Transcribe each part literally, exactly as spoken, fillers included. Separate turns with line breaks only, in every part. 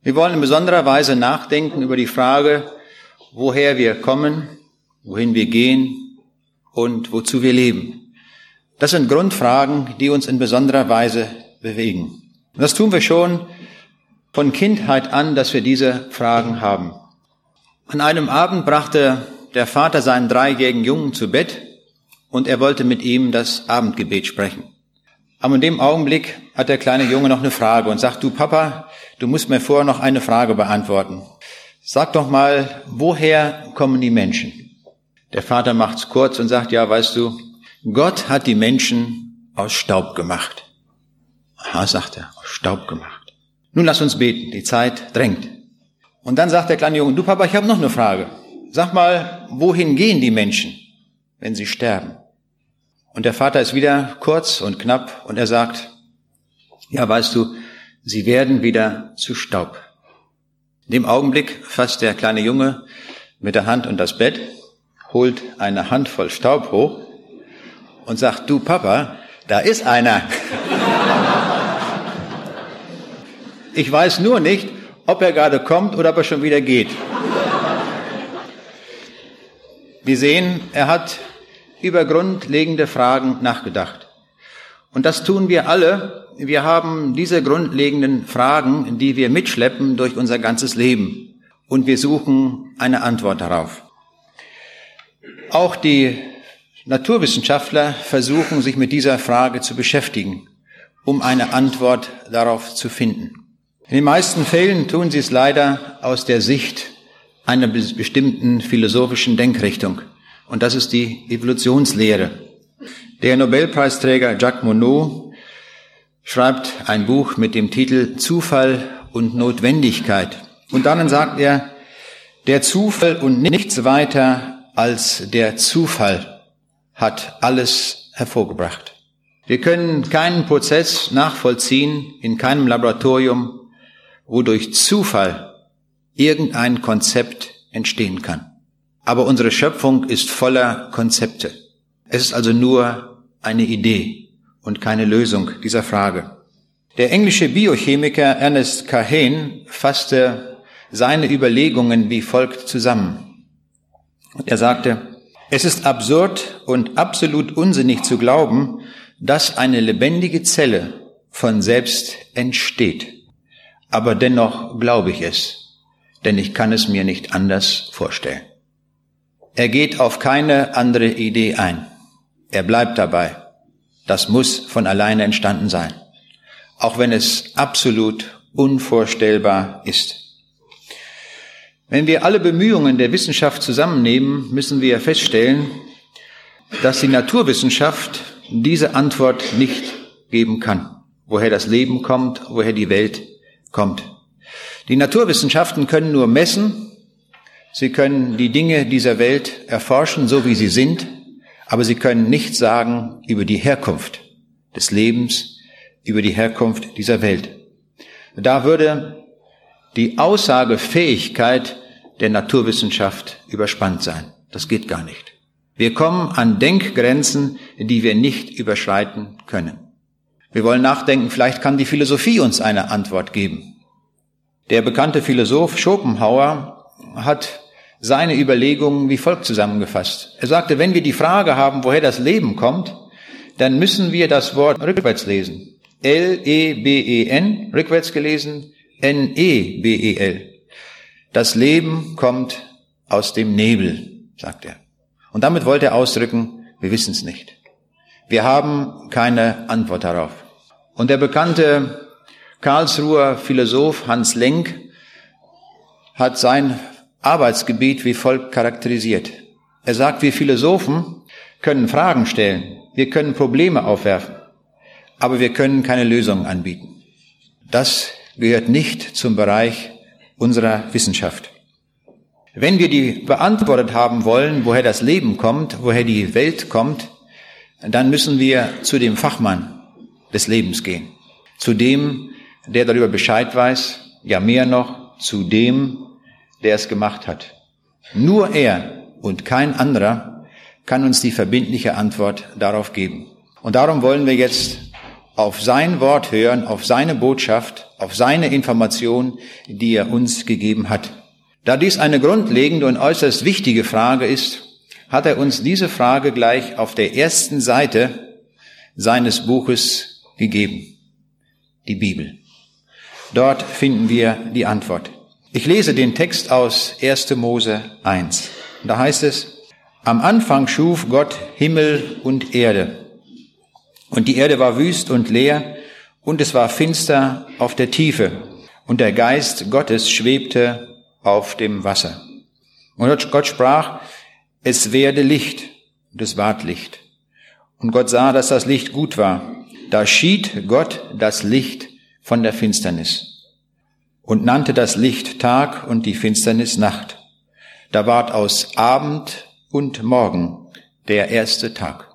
Wir wollen in besonderer Weise nachdenken über die Frage, woher wir kommen, wohin wir gehen und wozu wir leben. Das sind Grundfragen, die uns in besonderer Weise bewegen. Und das tun wir schon von Kindheit an, dass wir diese Fragen haben. An einem Abend brachte der Vater seinen dreijährigen Jungen zu Bett und er wollte mit ihm das Abendgebet sprechen. Aber in dem Augenblick hat der kleine Junge noch eine Frage und sagt, du Papa, du musst mir vorher noch eine Frage beantworten. Sag doch mal, woher kommen die Menschen? Der Vater macht's kurz und sagt, ja, weißt du, Gott hat die Menschen aus Staub gemacht. Aha, sagt er, aus Staub gemacht. Nun lass uns beten, die Zeit drängt. Und dann sagt der kleine Junge, du Papa, ich habe noch eine Frage. Sag mal, wohin gehen die Menschen, wenn sie sterben? Und der Vater ist wieder kurz und knapp und er sagt, ja, weißt du, sie werden wieder zu Staub. In dem Augenblick fasst der kleine Junge mit der Hand unter das Bett, holt eine Handvoll Staub hoch und sagt, du Papa, da ist einer. Ich weiß nur nicht, ob er gerade kommt oder ob er schon wieder geht. Wir sehen, er hat über grundlegende Fragen nachgedacht. Und das tun wir alle. Wir haben diese grundlegenden Fragen, die wir mitschleppen durch unser ganzes Leben. Und wir suchen eine Antwort darauf. Auch die Naturwissenschaftler versuchen, sich mit dieser Frage zu beschäftigen, um eine Antwort darauf zu finden. In den meisten Fällen tun sie es leider aus der Sicht einer bestimmten philosophischen Denkrichtung. Und das ist die Evolutionslehre. Der Nobelpreisträger Jacques Monod schreibt ein Buch mit dem Titel Zufall und Notwendigkeit. Und darin sagt er, der Zufall und nichts weiter als der Zufall hat alles hervorgebracht. Wir können keinen Prozess nachvollziehen in keinem Laboratorium, wo durch Zufall irgendein Konzept entstehen kann. Aber unsere Schöpfung ist voller Konzepte. Es ist also nur eine Idee und keine Lösung dieser Frage. Der englische Biochemiker Ernest Cahane fasste seine Überlegungen wie folgt zusammen. Und er sagte, es ist absurd und absolut unsinnig zu glauben, dass eine lebendige Zelle von selbst entsteht. Aber dennoch glaube ich es, denn ich kann es mir nicht anders vorstellen. Er geht auf keine andere Idee ein. Er bleibt dabei. Das muss von alleine entstanden sein, auch wenn es absolut unvorstellbar ist. Wenn wir alle Bemühungen der Wissenschaft zusammennehmen, müssen wir feststellen, dass die Naturwissenschaft diese Antwort nicht geben kann, woher das Leben kommt, woher die Welt kommt. Die Naturwissenschaften können nur messen, sie können die Dinge dieser Welt erforschen, so wie sie sind, aber sie können nichts sagen über die Herkunft des Lebens, über die Herkunft dieser Welt. Da würde die Aussagefähigkeit der Naturwissenschaft überspannt sein. Das geht gar nicht. Wir kommen an Denkgrenzen, die wir nicht überschreiten können. Wir wollen nachdenken, vielleicht kann die Philosophie uns eine Antwort geben. Der bekannte Philosoph Schopenhauer hat seine Überlegungen wie folgt zusammengefasst. Er sagte, wenn wir die Frage haben, woher das Leben kommt, dann müssen wir das Wort rückwärts lesen. L E B E N, rückwärts gelesen, N E B E L. Das Leben kommt aus dem Nebel, sagt er. Und damit wollte er ausdrücken, wir wissen es nicht. Wir haben keine Antwort darauf. Und der bekannte Karlsruher Philosoph Hans Lenk hat sein Arbeitsgebiet wie folgt charakterisiert. Er sagt, wir Philosophen können Fragen stellen, wir können Probleme aufwerfen, aber wir können keine Lösungen anbieten. Das gehört nicht zum Bereich unserer Wissenschaft. Wenn wir die beantwortet haben wollen, woher das Leben kommt, woher die Welt kommt, dann müssen wir zu dem Fachmann des Lebens gehen. Zu dem, der darüber Bescheid weiß, ja mehr noch, zu dem, der es gemacht hat. Nur er und kein anderer kann uns die verbindliche Antwort darauf geben. Und darum wollen wir jetzt auf sein Wort hören, auf seine Botschaft, auf seine Information, die er uns gegeben hat. Da dies eine grundlegende und äußerst wichtige Frage ist, hat er uns diese Frage gleich auf der ersten Seite seines Buches gegeben, die Bibel. Dort finden wir die Antwort. Ich lese den Text aus erster Mose eins. Da heißt es: Am Anfang schuf Gott Himmel und Erde. Und die Erde war wüst und leer, und es war finster auf der Tiefe, und der Geist Gottes schwebte auf dem Wasser. Und Gott sprach: Es werde Licht, und es ward Licht. Und Gott sah, dass das Licht gut war. Da schied Gott das Licht von der Finsternis und nannte das Licht Tag und die Finsternis Nacht. Da ward aus Abend und Morgen der erste Tag.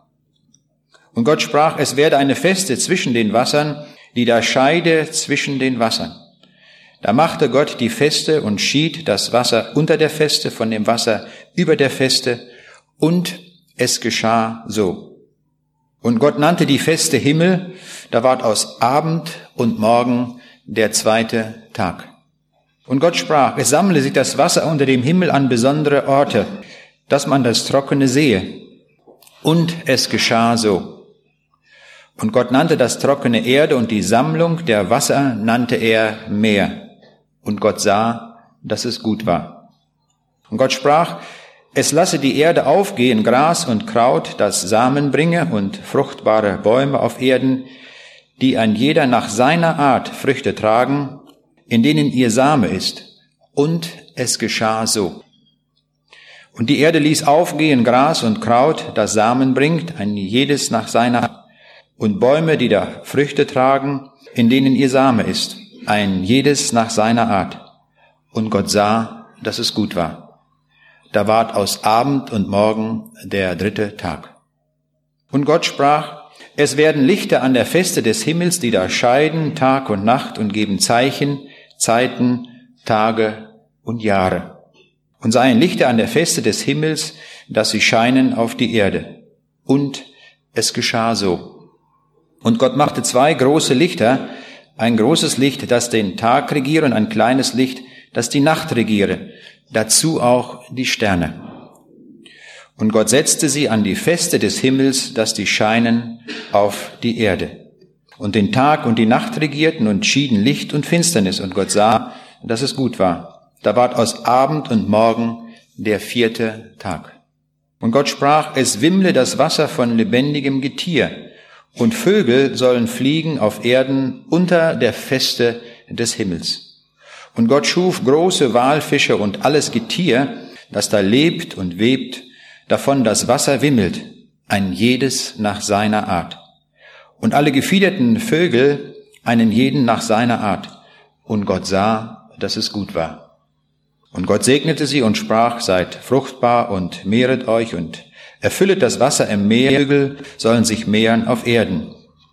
Und Gott sprach: Es werde eine Feste zwischen den Wassern, die da scheide zwischen den Wassern. Da machte Gott die Feste und schied das Wasser unter der Feste von dem Wasser über der Feste, und es geschah so. Und Gott nannte die Feste Himmel, da ward aus Abend und Morgen der zweite Tag. Und Gott sprach: Es sammle sich das Wasser unter dem Himmel an besondere Orte, dass man das Trockene sehe. Und es geschah so. Und Gott nannte das Trockene Erde, und die Sammlung der Wasser nannte er Meer. Und Gott sah, dass es gut war. Und Gott sprach: Es lasse die Erde aufgehen, Gras und Kraut, das Samen bringe, und fruchtbare Bäume auf Erden, die ein jeder nach seiner Art Früchte tragen, in denen ihr Same ist. Und es geschah so. Und die Erde ließ aufgehen Gras und Kraut, das Samen bringt, ein jedes nach seiner Art, und Bäume, die da Früchte tragen, in denen ihr Same ist, ein jedes nach seiner Art. Und Gott sah, dass es gut war. Da ward aus Abend und Morgen der dritte Tag. Und Gott sprach: Es werden Lichter an der Feste des Himmels, die da scheiden Tag und Nacht, und geben Zeichen, Zeiten, Tage und Jahre. Und seien Lichter an der Feste des Himmels, dass sie scheinen auf die Erde. Und es geschah so. Und Gott machte zwei große Lichter, ein großes Licht, das den Tag regiere, und ein kleines Licht, das die Nacht regiere, dazu auch die Sterne. Und Gott setzte sie an die Feste des Himmels, dass die scheinen auf die Erde. Und den Tag und die Nacht regierten und schieden Licht und Finsternis. Und Gott sah, dass es gut war. Da ward aus Abend und Morgen der vierte Tag. Und Gott sprach: Es wimmle das Wasser von lebendigem Getier, und Vögel sollen fliegen auf Erden unter der Feste des Himmels. Und Gott schuf große Walfische und alles Getier, das da lebt und webt, davon das Wasser wimmelt, ein jedes nach seiner Art. Und alle gefiederten Vögel, einen jeden nach seiner Art. Und Gott sah, dass es gut war. Und Gott segnete sie und sprach: Seid fruchtbar und mehret euch und erfüllet das Wasser im Meer, Vögel sollen sich mehren auf Erden.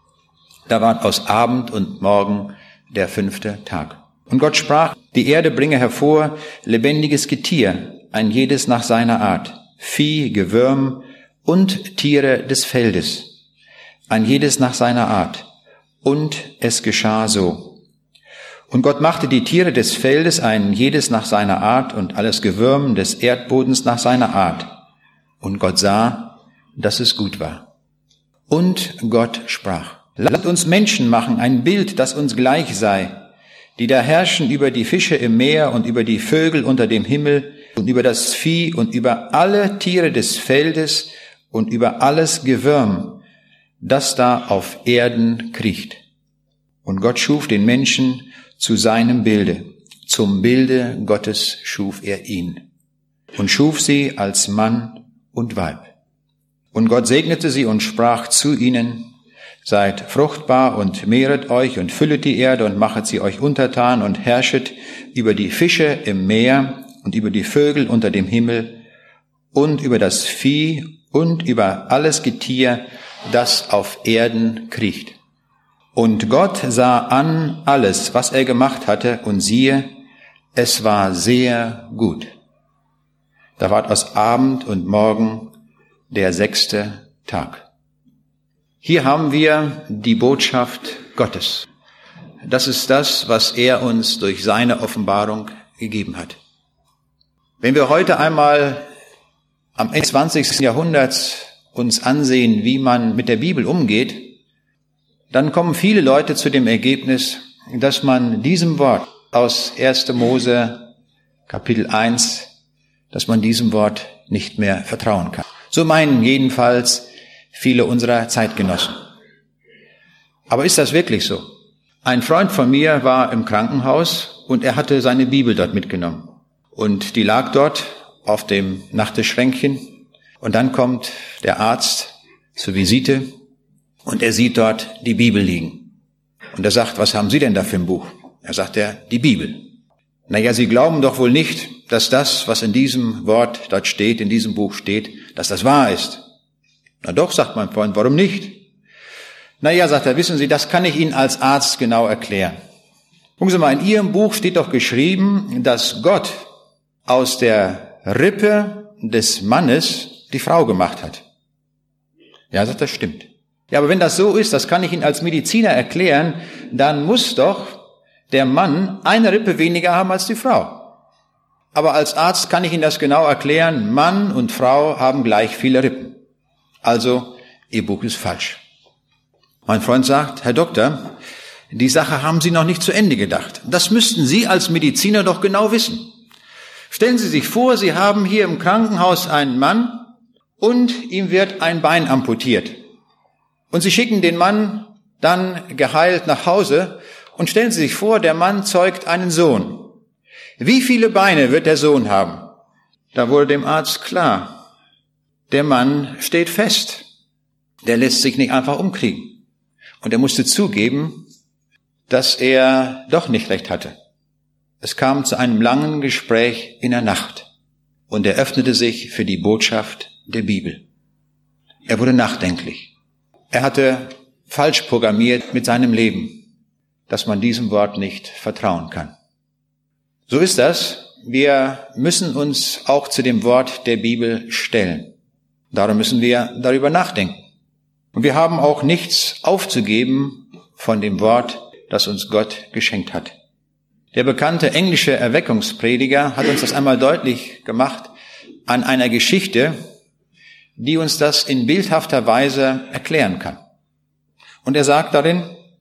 Da ward aus Abend und Morgen der fünfte Tag. Und Gott sprach: Die Erde bringe hervor lebendiges Getier, ein jedes nach seiner Art, Vieh, Gewürm und Tiere des Feldes, ein jedes nach seiner Art. Und es geschah so. Und Gott machte die Tiere des Feldes, ein jedes nach seiner Art, und alles Gewürm des Erdbodens nach seiner Art. Und Gott sah, dass es gut war. Und Gott sprach: Lasst uns Menschen machen, ein Bild, das uns gleich sei, die da herrschen über die Fische im Meer und über die Vögel unter dem Himmel und über das Vieh und über alle Tiere des Feldes und über alles Gewürm, das da auf Erden kriecht. Und Gott schuf den Menschen zu seinem Bilde. Zum Bilde Gottes schuf er ihn und schuf sie als Mann und Weib. Und Gott segnete sie und sprach zu ihnen: Seid fruchtbar und mehret euch und füllet die Erde und machet sie euch untertan und herrschet über die Fische im Meer und über die Vögel unter dem Himmel und über das Vieh und über alles Getier, das auf Erden kriecht. Und Gott sah an alles, was er gemacht hatte, und siehe, es war sehr gut. Da ward aus Abend und Morgen der sechste Tag. Hier haben wir die Botschaft Gottes. Das ist das, was er uns durch seine Offenbarung gegeben hat. Wenn wir heute einmal am Ende des zwanzigsten Jahrhunderts uns ansehen, wie man mit der Bibel umgeht, dann kommen viele Leute zu dem Ergebnis, dass man diesem Wort aus erster Mose Kapitel eins, dass man diesem Wort nicht mehr vertrauen kann. So meinen jedenfalls viele unserer Zeitgenossen. Aber ist das wirklich so? Ein Freund von mir war im Krankenhaus und er hatte seine Bibel dort mitgenommen. Und die lag dort auf dem Nachttischschränkchen. Und dann kommt der Arzt zur Visite und er sieht dort die Bibel liegen. Und er sagt, was haben Sie denn da für ein Buch? Er sagt, er, die Bibel. Naja, Sie glauben doch wohl nicht, dass das, was in diesem Wort dort steht, in diesem Buch steht, dass das wahr ist. Na doch, sagt mein Freund, warum nicht? Naja, sagt er, wissen Sie, das kann ich Ihnen als Arzt genau erklären. Gucken Sie mal, in Ihrem Buch steht doch geschrieben, dass Gott aus der Rippe des Mannes die Frau gemacht hat. Ja, sagt er, stimmt. Ja, aber wenn das so ist, das kann ich Ihnen als Mediziner erklären, dann muss doch der Mann eine Rippe weniger haben als die Frau. Aber als Arzt kann ich Ihnen das genau erklären, Mann und Frau haben gleich viele Rippen. Also, Ihr Buch ist falsch. Mein Freund sagt, Herr Doktor, die Sache haben Sie noch nicht zu Ende gedacht. Das müssten Sie als Mediziner doch genau wissen. Stellen Sie sich vor, Sie haben hier im Krankenhaus einen Mann und ihm wird ein Bein amputiert. Und Sie schicken den Mann dann geheilt nach Hause und stellen Sie sich vor, der Mann zeugt einen Sohn. Wie viele Beine wird der Sohn haben? Da wurde dem Arzt klar, der Mann steht fest. Der lässt sich nicht einfach umkriegen. Und er musste zugeben, dass er doch nicht recht hatte. Es kam zu einem langen Gespräch in der Nacht und er öffnete sich für die Botschaft der Bibel. Er wurde nachdenklich. Er hatte falsch programmiert mit seinem Leben, dass man diesem Wort nicht vertrauen kann. So ist das. Wir müssen uns auch zu dem Wort der Bibel stellen. Darum müssen wir darüber nachdenken. Und wir haben auch nichts aufzugeben von dem Wort, das uns Gott geschenkt hat. Der bekannte englische Erweckungsprediger hat uns das einmal deutlich gemacht an einer Geschichte, die uns das in bildhafter Weise erklären kann. Und er sagt darin,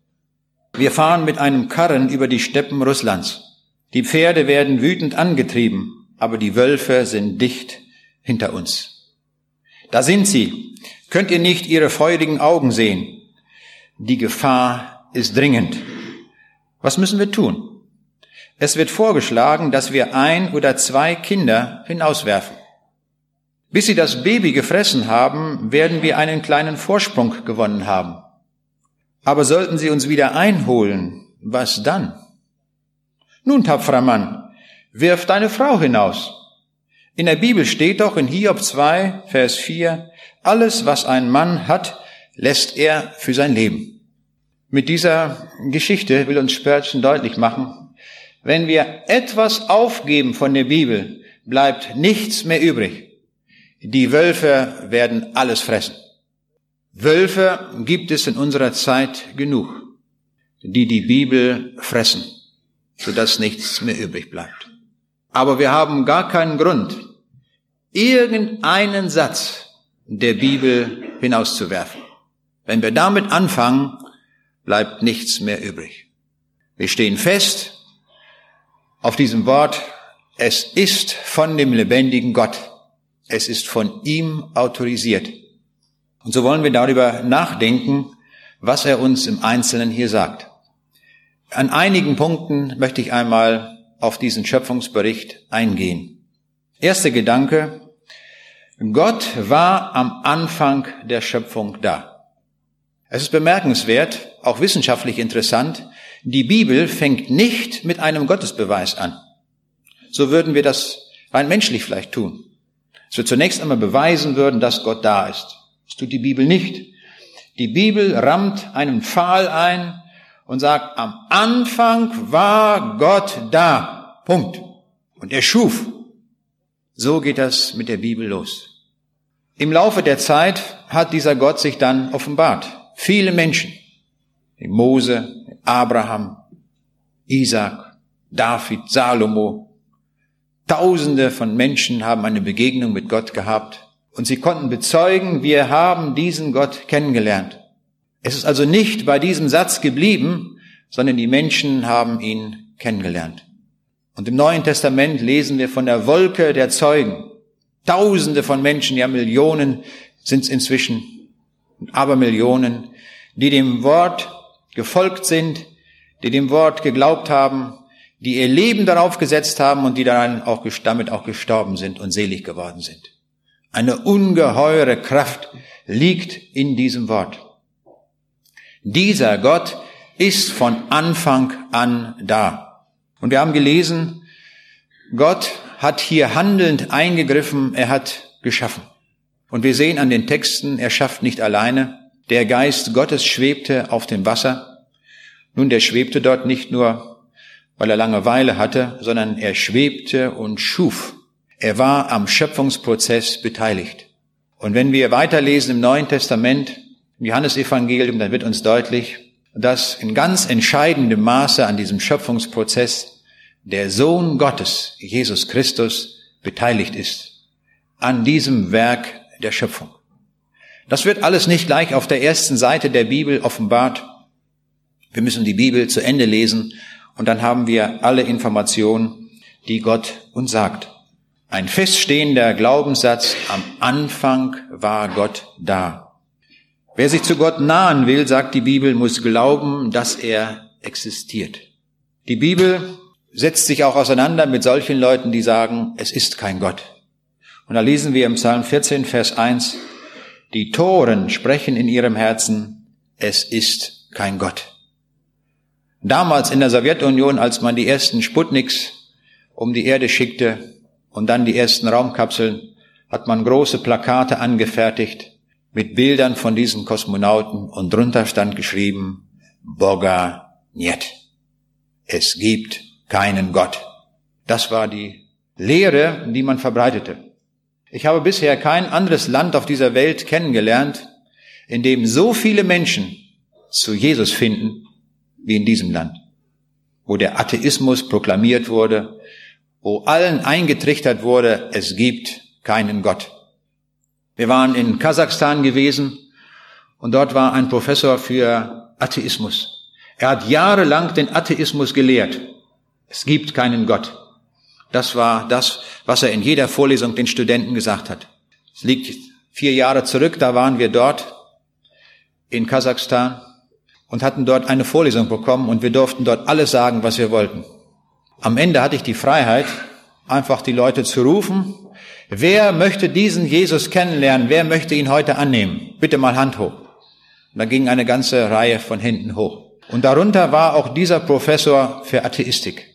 wir fahren mit einem Karren über die Steppen Russlands. Die Pferde werden wütend angetrieben, aber die Wölfe sind dicht hinter uns. Da sind sie. Könnt ihr nicht ihre feurigen Augen sehen? Die Gefahr ist dringend. Was müssen wir tun? Es wird vorgeschlagen, dass wir ein oder zwei Kinder hinauswerfen. Bis sie das Baby gefressen haben, werden wir einen kleinen Vorsprung gewonnen haben. Aber sollten sie uns wieder einholen, was dann? Nun, tapferer Mann, wirf deine Frau hinaus. In der Bibel steht doch in Hiob zwei, Vers vier, alles, was ein Mann hat, lässt er für sein Leben. Mit dieser Geschichte will uns Spurgeon deutlich machen, wenn wir etwas aufgeben von der Bibel, bleibt nichts mehr übrig. Die Wölfe werden alles fressen. Wölfe gibt es in unserer Zeit genug, die die Bibel fressen, sodass nichts mehr übrig bleibt. Aber wir haben gar keinen Grund, irgendeinen Satz der Bibel hinauszuwerfen. Wenn wir damit anfangen, bleibt nichts mehr übrig. Wir stehen fest auf diesem Wort, es ist von dem lebendigen Gott. Es ist von ihm autorisiert. Und so wollen wir darüber nachdenken, was er uns im Einzelnen hier sagt. An einigen Punkten möchte ich einmal auf diesen Schöpfungsbericht eingehen. Erster Gedanke: Gott war am Anfang der Schöpfung da. Es ist bemerkenswert, auch wissenschaftlich interessant, die Bibel fängt nicht mit einem Gottesbeweis an. So würden wir das rein menschlich vielleicht tun. Dass wir zunächst einmal beweisen würden, dass Gott da ist. Das tut die Bibel nicht. Die Bibel rammt einen Pfahl ein und sagt, am Anfang war Gott da. Punkt. Und er schuf. So geht das mit der Bibel los. Im Laufe der Zeit hat dieser Gott sich dann offenbart. viele Menschen, wie Mose, Abraham, Isaac, David, Salomo. Tausende von Menschen haben eine Begegnung mit Gott gehabt und sie konnten bezeugen, wir haben diesen Gott kennengelernt. Es ist also nicht bei diesem Satz geblieben, sondern die Menschen haben ihn kennengelernt. Und im Neuen Testament lesen wir von der Wolke der Zeugen. Tausende von Menschen, ja Millionen sind es inzwischen, aber Millionen, die dem Wort gefolgt sind, die dem Wort geglaubt haben, die ihr Leben darauf gesetzt haben und die daran auch damit auch gestorben sind und selig geworden sind. Eine ungeheure Kraft liegt in diesem Wort. Dieser Gott ist von Anfang an da. Und wir haben gelesen, Gott hat hier handelnd eingegriffen, er hat geschaffen. Und wir sehen an den Texten, er schafft nicht alleine. Der Geist Gottes schwebte auf dem Wasser. Nun, der schwebte dort nicht nur, weil er Langeweile hatte, sondern er schwebte und schuf. Er war am Schöpfungsprozess beteiligt. Und wenn wir weiterlesen im Neuen Testament, im Johannesevangelium, dann wird uns deutlich, dass in ganz entscheidendem Maße an diesem Schöpfungsprozess der Sohn Gottes, Jesus Christus, beteiligt ist. An diesem Werk der Schöpfung. Das wird alles nicht gleich auf der ersten Seite der Bibel offenbart. Wir müssen die Bibel zu Ende lesen und dann haben wir alle Informationen, die Gott uns sagt. Ein feststehender Glaubenssatz, am Anfang war Gott da. Wer sich zu Gott nahen will, sagt die Bibel, muss glauben, dass er existiert. Die Bibel setzt sich auch auseinander mit solchen Leuten, die sagen, es ist kein Gott. Und da lesen wir im Psalm vierzehn, Vers eins, die Toren sprechen in ihrem Herzen, es ist kein Gott. Damals in der Sowjetunion, als man die ersten Sputniks um die Erde schickte und dann die ersten Raumkapseln, hat man große Plakate angefertigt mit Bildern von diesen Kosmonauten und drunter stand geschrieben, Boga niet. Es gibt keinen Gott. Das war die Lehre, die man verbreitete. Ich habe bisher kein anderes Land auf dieser Welt kennengelernt, in dem so viele Menschen zu Jesus finden, wie in diesem Land, wo der Atheismus proklamiert wurde, wo allen eingetrichtert wurde, es gibt keinen Gott. Wir waren in Kasachstan gewesen und dort war ein Professor für Atheismus. Er hat jahrelang den Atheismus gelehrt. Es gibt keinen Gott. Das war das, was er in jeder Vorlesung den Studenten gesagt hat. Es liegt vier Jahre zurück, da waren wir dort in Kasachstan und hatten dort eine Vorlesung bekommen und wir durften dort alles sagen, was wir wollten. Am Ende hatte ich die Freiheit, einfach die Leute zu rufen, wer möchte diesen Jesus kennenlernen, wer möchte ihn heute annehmen? Bitte mal Hand hoch. Und da ging eine ganze Reihe von Händen hoch. Und darunter war auch dieser Professor für Atheistik.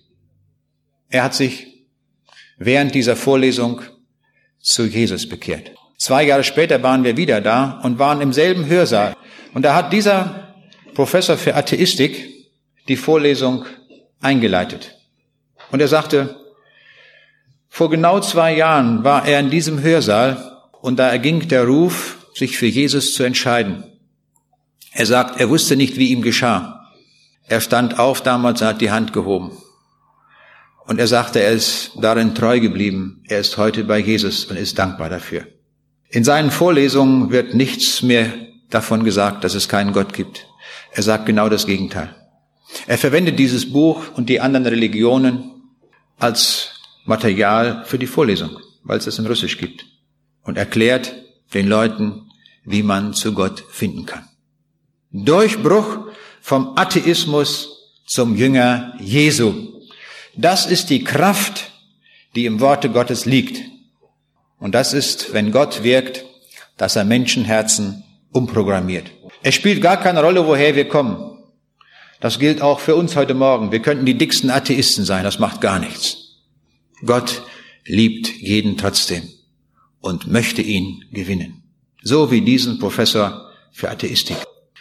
Er hat sich während dieser Vorlesung zu Jesus bekehrt. Zwei Jahre später waren wir wieder da und waren im selben Hörsaal. Und da hat dieser Professor für Atheistik die Vorlesung eingeleitet. Und er sagte, vor genau zwei Jahren war er in diesem Hörsaal und da erging der Ruf, sich für Jesus zu entscheiden. Er sagt, er wusste nicht, wie ihm geschah. Er stand auf damals und hat die Hand gehoben. Und er sagte, er ist darin treu geblieben. Er ist heute bei Jesus und ist dankbar dafür. In seinen Vorlesungen wird nichts mehr davon gesagt, dass es keinen Gott gibt. Er sagt genau das Gegenteil. Er verwendet dieses Buch und die anderen Religionen als Material für die Vorlesung, weil es es in Russisch gibt. Und erklärt den Leuten, wie man zu Gott finden kann. Durchbruch vom Atheismus zum Jünger Jesu. Das ist die Kraft, die im Worte Gottes liegt. Und das ist, wenn Gott wirkt, dass er Menschenherzen umprogrammiert. Es spielt gar keine Rolle, woher wir kommen. Das gilt auch für uns heute Morgen. Wir könnten die dicksten Atheisten sein, das macht gar nichts. Gott liebt jeden trotzdem und möchte ihn gewinnen. So wie diesen Professor für Atheistik.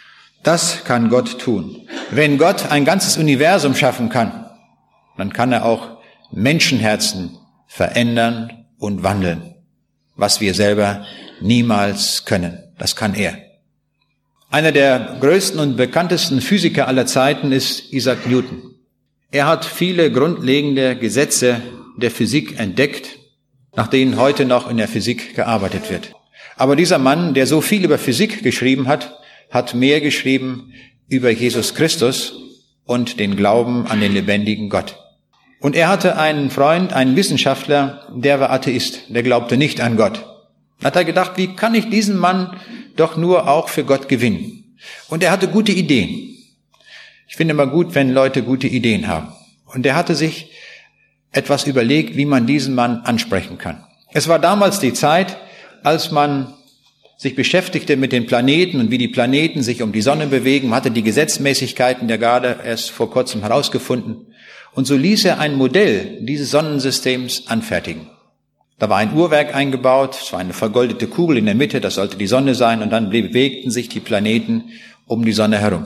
Das kann Gott tun. Wenn Gott ein ganzes Universum schaffen kann, dann kann er auch Menschenherzen verändern und wandeln, was wir selber niemals können. Das kann er. Einer der größten und bekanntesten Physiker aller Zeiten ist Isaac Newton. Er hat viele grundlegende Gesetze der Physik entdeckt, nach denen heute noch in der Physik gearbeitet wird. Aber dieser Mann, der so viel über Physik geschrieben hat, hat mehr geschrieben über Jesus Christus und den Glauben an den lebendigen Gott. Und er hatte einen Freund, einen Wissenschaftler, der war Atheist, der glaubte nicht an Gott. Da hat er gedacht, wie kann ich diesen Mann doch nur auch für Gott gewinnen? Und er hatte gute Ideen. Ich finde immer gut, wenn Leute gute Ideen haben. Und er hatte sich etwas überlegt, wie man diesen Mann ansprechen kann. Es war damals die Zeit, als man sich beschäftigte mit den Planeten und wie die Planeten sich um die Sonne bewegen. Man hatte die Gesetzmäßigkeiten der gerade erst vor kurzem herausgefunden. Und so ließ er ein Modell dieses Sonnensystems anfertigen. Da war ein Uhrwerk eingebaut, es war eine vergoldete Kugel in der Mitte, das sollte die Sonne sein, und dann bewegten sich die Planeten um die Sonne herum.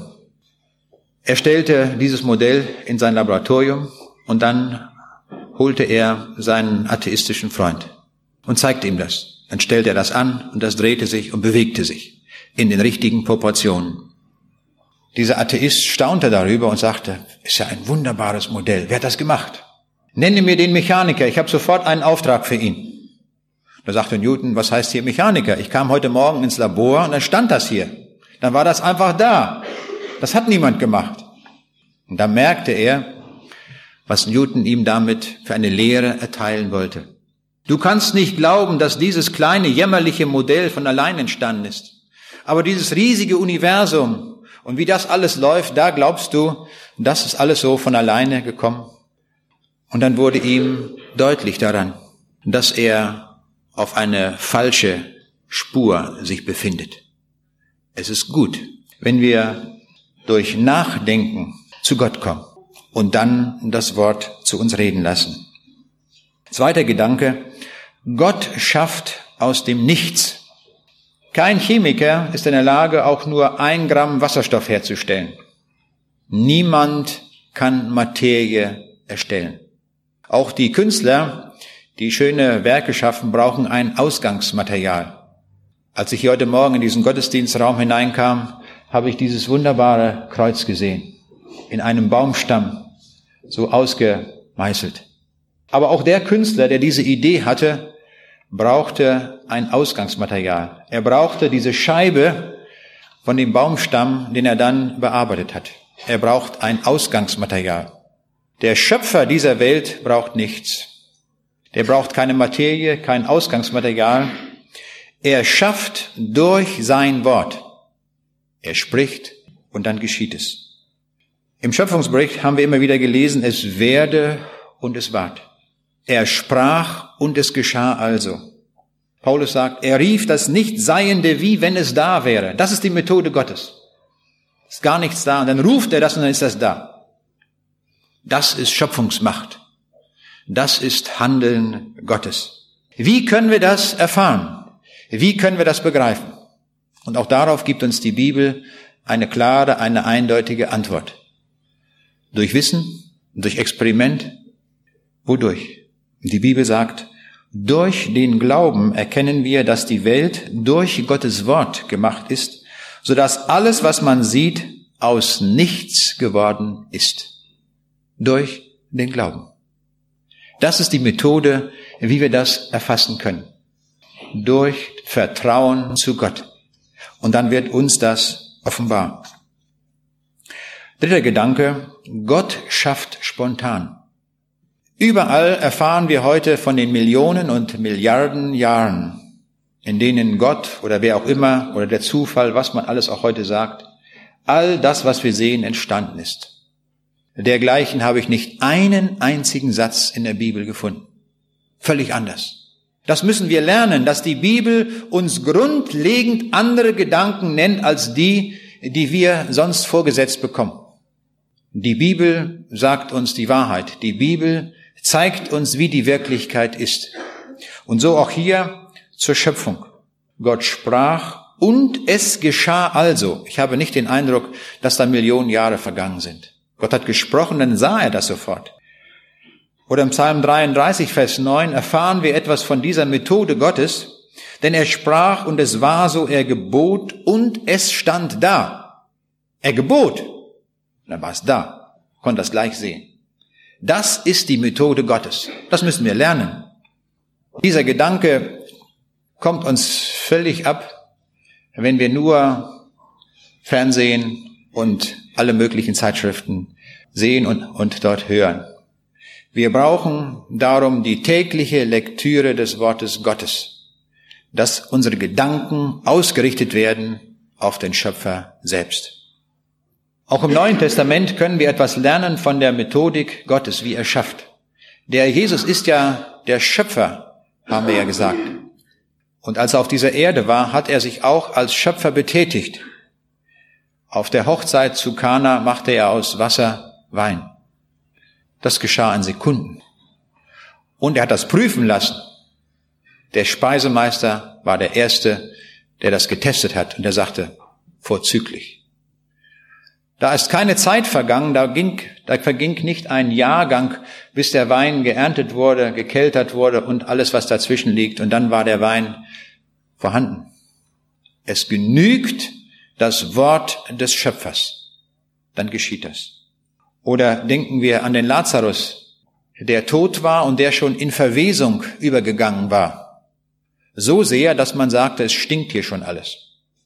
Er stellte dieses Modell in sein Laboratorium und dann holte er seinen atheistischen Freund und zeigte ihm das. Dann stellte er das an und das drehte sich und bewegte sich in den richtigen Proportionen. Dieser Atheist staunte darüber und sagte, ist ja ein wunderbares Modell. Wer hat das gemacht? Nenne mir den Mechaniker, ich habe sofort einen Auftrag für ihn. Da sagte Newton, was heißt hier Mechaniker? Ich kam heute Morgen ins Labor und dann stand das hier. Dann war das einfach da. Das hat niemand gemacht. Und da merkte er, was Newton ihm damit für eine Lehre erteilen wollte. Du kannst nicht glauben, dass dieses kleine jämmerliche Modell von allein entstanden ist. Aber dieses riesige Universum und wie das alles läuft, da glaubst du, das ist alles so von alleine gekommen. Und dann wurde ihm deutlich daran, dass er auf eine falsche Spur sich befindet. Es ist gut, wenn wir durch Nachdenken zu Gott kommen und dann das Wort zu uns reden lassen. Zweiter Gedanke, Gott schafft aus dem Nichts. Kein Chemiker ist in der Lage, auch nur ein Gramm Wasserstoff herzustellen. Niemand kann Materie erstellen. Auch die Künstler, die schöne Werke schaffen, brauchen ein Ausgangsmaterial. Als ich hier heute Morgen in diesen Gottesdienstraum hineinkam, habe ich dieses wunderbare Kreuz gesehen. In einem Baumstamm, so ausgemeißelt. Aber auch der Künstler, der diese Idee hatte, brauchte ein Ausgangsmaterial. Er brauchte diese Scheibe von dem Baumstamm, den er dann bearbeitet hat. Er braucht ein Ausgangsmaterial. Der Schöpfer dieser Welt braucht nichts. Der braucht keine Materie, kein Ausgangsmaterial. Er schafft durch sein Wort. Er spricht und dann geschieht es. Im Schöpfungsbericht haben wir immer wieder gelesen, es werde und es ward. Er sprach und es geschah also. Paulus sagt, er rief das Nichtseiende, wie wenn es da wäre. Das ist die Methode Gottes. Ist gar nichts da und dann ruft er das und dann ist das da. Das ist Schöpfungsmacht. Das ist Handeln Gottes. Wie können wir das erfahren? Wie können wir das begreifen? Und auch darauf gibt uns die Bibel eine klare, eine eindeutige Antwort. Durch Wissen, durch Experiment. Wodurch? Die Bibel sagt, durch den Glauben erkennen wir, dass die Welt durch Gottes Wort gemacht ist, sodass alles, was man sieht, aus nichts geworden ist. Durch den Glauben. Das ist die Methode, wie wir das erfassen können. Durch Vertrauen zu Gott. Und dann wird uns das offenbar. Dritter Gedanke, Gott schafft spontan. Überall erfahren wir heute von den Millionen und Milliarden Jahren, in denen Gott oder wer auch immer oder der Zufall, was man alles auch heute sagt, all das, was wir sehen, entstanden ist. Dergleichen habe ich nicht einen einzigen Satz in der Bibel gefunden. Völlig anders. Das müssen wir lernen, dass die Bibel uns grundlegend andere Gedanken nennt als die, die wir sonst vorgesetzt bekommen. Die Bibel sagt uns die Wahrheit. Die Bibel zeigt uns, wie die Wirklichkeit ist. Und so auch hier zur Schöpfung. Gott sprach und es geschah also. Ich habe nicht den Eindruck, dass da Millionen Jahre vergangen sind. Gott hat gesprochen, dann sah er das sofort. Oder im Psalm dreiunddreißig, Vers neun, erfahren wir etwas von dieser Methode Gottes. Denn er sprach und es war so, er gebot und es stand da. Er gebot, dann war es da, konnte das gleich sehen. Das ist die Methode Gottes. Das müssen wir lernen. Dieser Gedanke kommt uns völlig ab, wenn wir nur Fernsehen und alle möglichen Zeitschriften sehen und, und dort hören. Wir brauchen darum die tägliche Lektüre des Wortes Gottes, dass unsere Gedanken ausgerichtet werden auf den Schöpfer selbst. Auch im Neuen Testament können wir etwas lernen von der Methodik Gottes, wie er schafft. Der Jesus ist ja der Schöpfer, haben wir ja gesagt. Und als er auf dieser Erde war, hat er sich auch als Schöpfer betätigt. Auf der Hochzeit zu Kana machte er aus Wasser Wein. Das geschah in Sekunden. Und er hat das prüfen lassen. Der Speisemeister war der Erste, der das getestet hat. Und er sagte, vorzüglich. Da ist keine Zeit vergangen, da ging, da verging nicht ein Jahrgang, bis der Wein geerntet wurde, gekeltert wurde und alles, was dazwischen liegt. Und dann war der Wein vorhanden. Es genügt das Wort des Schöpfers. Dann geschieht das. Oder denken wir an den Lazarus, der tot war und der schon in Verwesung übergegangen war. So sehr, dass man sagte, es stinkt hier schon alles.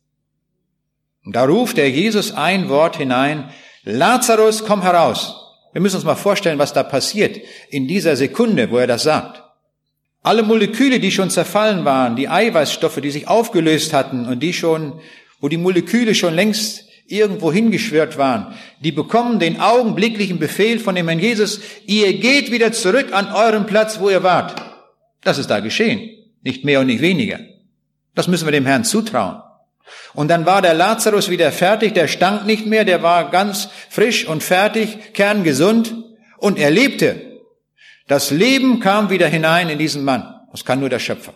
Und da ruft der Jesus ein Wort hinein, Lazarus, komm heraus. Wir müssen uns mal vorstellen, was da passiert in dieser Sekunde, wo er das sagt. Alle Moleküle, die schon zerfallen waren, die Eiweißstoffe, die sich aufgelöst hatten und die schon, wo die Moleküle schon längst irgendwo hingeschwirrt waren, die bekommen den augenblicklichen Befehl von dem Herrn Jesus, ihr geht wieder zurück an euren Platz, wo ihr wart. Das ist da geschehen. Nicht mehr und nicht weniger. Das müssen wir dem Herrn zutrauen. Und dann war der Lazarus wieder fertig, der stank nicht mehr, der war ganz frisch und fertig, kerngesund und er lebte. Das Leben kam wieder hinein in diesen Mann. Das kann nur der Schöpfer.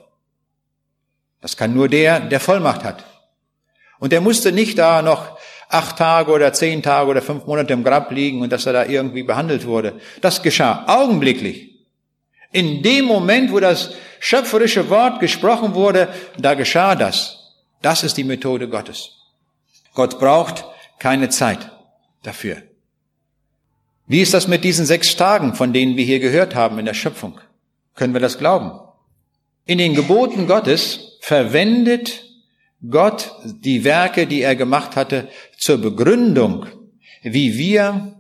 Das kann nur der, der Vollmacht hat. Und er musste nicht da noch acht Tage oder zehn Tage oder fünf Monate im Grab liegen und dass er da irgendwie behandelt wurde. Das geschah augenblicklich. In dem Moment, wo das schöpferische Wort gesprochen wurde, da geschah das. Das ist die Methode Gottes. Gott braucht keine Zeit dafür. Wie ist das mit diesen sechs Tagen, von denen wir hier gehört haben in der Schöpfung? Können wir das glauben? In den Geboten Gottes verwendet Gott die Werke, die er gemacht hatte, zur Begründung, wie wir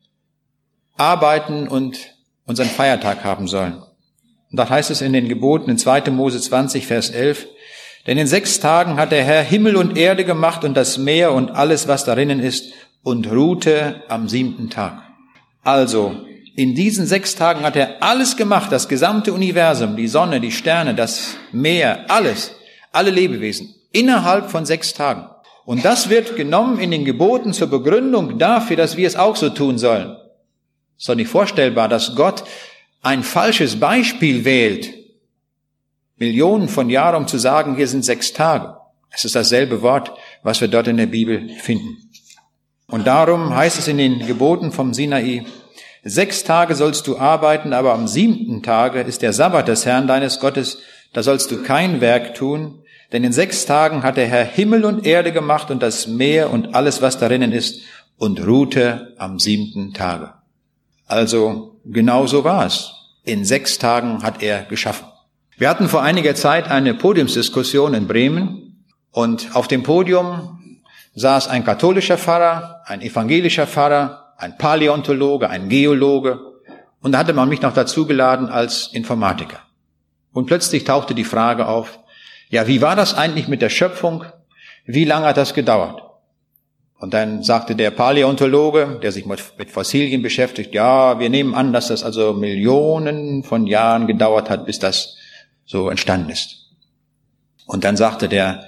arbeiten und unseren Feiertag haben sollen. Und das heißt es in den Geboten in zweiter Mose zwanzig, Vers elf, denn in sechs Tagen hat der Herr Himmel und Erde gemacht und das Meer und alles, was darinnen ist, und ruhte am siebten Tag. Also, in diesen sechs Tagen hat er alles gemacht, das gesamte Universum, die Sonne, die Sterne, das Meer, alles, alle Lebewesen, innerhalb von sechs Tagen. Und das wird genommen in den Geboten zur Begründung dafür, dass wir es auch so tun sollen. Es ist doch nicht vorstellbar, dass Gott ein falsches Beispiel wählt, Millionen von Jahren, um zu sagen, hier sind sechs Tage. Es ist dasselbe Wort, was wir dort in der Bibel finden. Und darum heißt es in den Geboten vom Sinai, sechs Tage sollst du arbeiten, aber am siebten Tage ist der Sabbat des Herrn deines Gottes, da sollst du kein Werk tun, denn in sechs Tagen hat der Herr Himmel und Erde gemacht und das Meer und alles, was darinnen ist, und ruhte am siebten Tage. Also, genau so war es. In sechs Tagen hat er geschaffen. Wir hatten vor einiger Zeit eine Podiumsdiskussion in Bremen und auf dem Podium saß ein katholischer Pfarrer, ein evangelischer Pfarrer, ein Paläontologe, ein Geologe und da hatte man mich noch dazu geladen als Informatiker. Und plötzlich tauchte die Frage auf, ja, wie war das eigentlich mit der Schöpfung? Wie lange hat das gedauert? Und dann sagte der Paläontologe, der sich mit Fossilien beschäftigt, ja, wir nehmen an, dass das also Millionen von Jahren gedauert hat, bis das so entstanden ist. Und dann sagte der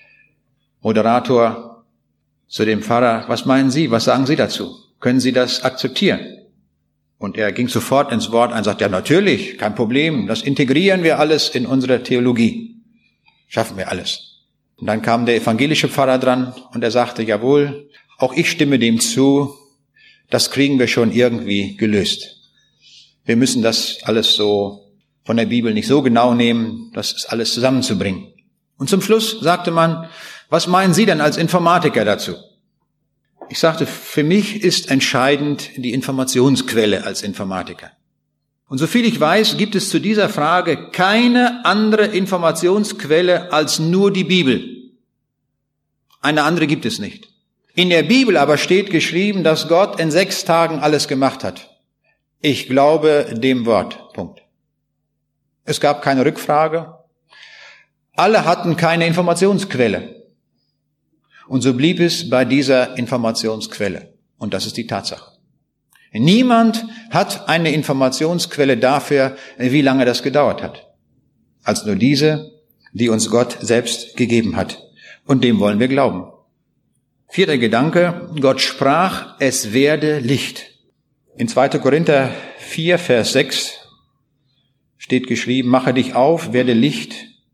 Moderator zu dem Pfarrer, was meinen Sie, was sagen Sie dazu? Können Sie das akzeptieren? Und er ging sofort ins Wort ein und sagte, ja natürlich, kein Problem, das integrieren wir alles in unsere Theologie. Schaffen wir alles. Und dann kam der evangelische Pfarrer dran und er sagte, jawohl, auch ich stimme dem zu, das kriegen wir schon irgendwie gelöst. Wir müssen das alles so von der Bibel nicht so genau nehmen, das ist alles zusammenzubringen. Und zum Schluss sagte man, was meinen Sie denn als Informatiker dazu? Ich sagte, für mich ist entscheidend die Informationsquelle als Informatiker. Und soviel ich weiß, gibt es zu dieser Frage keine andere Informationsquelle als nur die Bibel. Eine andere gibt es nicht. In der Bibel aber steht geschrieben, dass Gott in sechs Tagen alles gemacht hat. Ich glaube dem Wort. Punkt. Es gab keine Rückfrage. Alle hatten keine Informationsquelle. Und so blieb es bei dieser Informationsquelle. Und das ist die Tatsache. Niemand hat eine Informationsquelle dafür, wie lange das gedauert hat, als nur diese, die uns Gott selbst gegeben hat. Und dem wollen wir glauben. Vierter Gedanke, Gott sprach, es werde Licht. In zweiter Korinther vier, Vers sechs steht geschrieben, mache dich auf, werde Licht,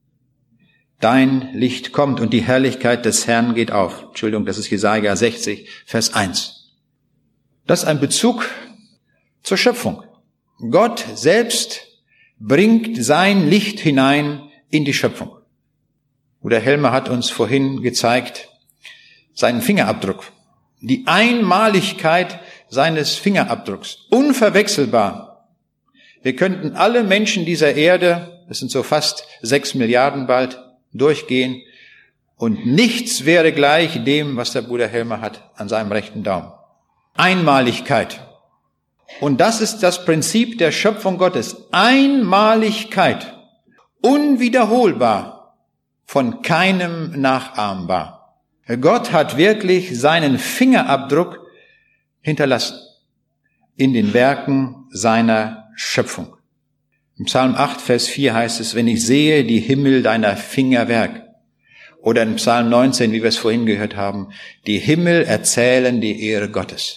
dein Licht kommt und die Herrlichkeit des Herrn geht auf. Entschuldigung, das ist Jesaja sechzig, Vers eins. Das ist ein Bezug zur Schöpfung. Gott selbst bringt sein Licht hinein in die Schöpfung. Bruder Helmer hat uns vorhin gezeigt, seinen Fingerabdruck. Die Einmaligkeit seines Fingerabdrucks. Unverwechselbar. Wir könnten alle Menschen dieser Erde, das sind so fast sechs Milliarden bald, durchgehen und nichts wäre gleich dem, was der Bruder Helmer hat an seinem rechten Daumen. Einmaligkeit. Und das ist das Prinzip der Schöpfung Gottes. Einmaligkeit. Unwiederholbar. Von keinem nachahmbar. Gott hat wirklich seinen Fingerabdruck hinterlassen in den Werken seiner Schöpfung. Im Psalm acht, Vers vier heißt es, wenn ich sehe die Himmel deiner Finger Werk. Oder im Psalm neunzehn, wie wir es vorhin gehört haben, die Himmel erzählen die Ehre Gottes.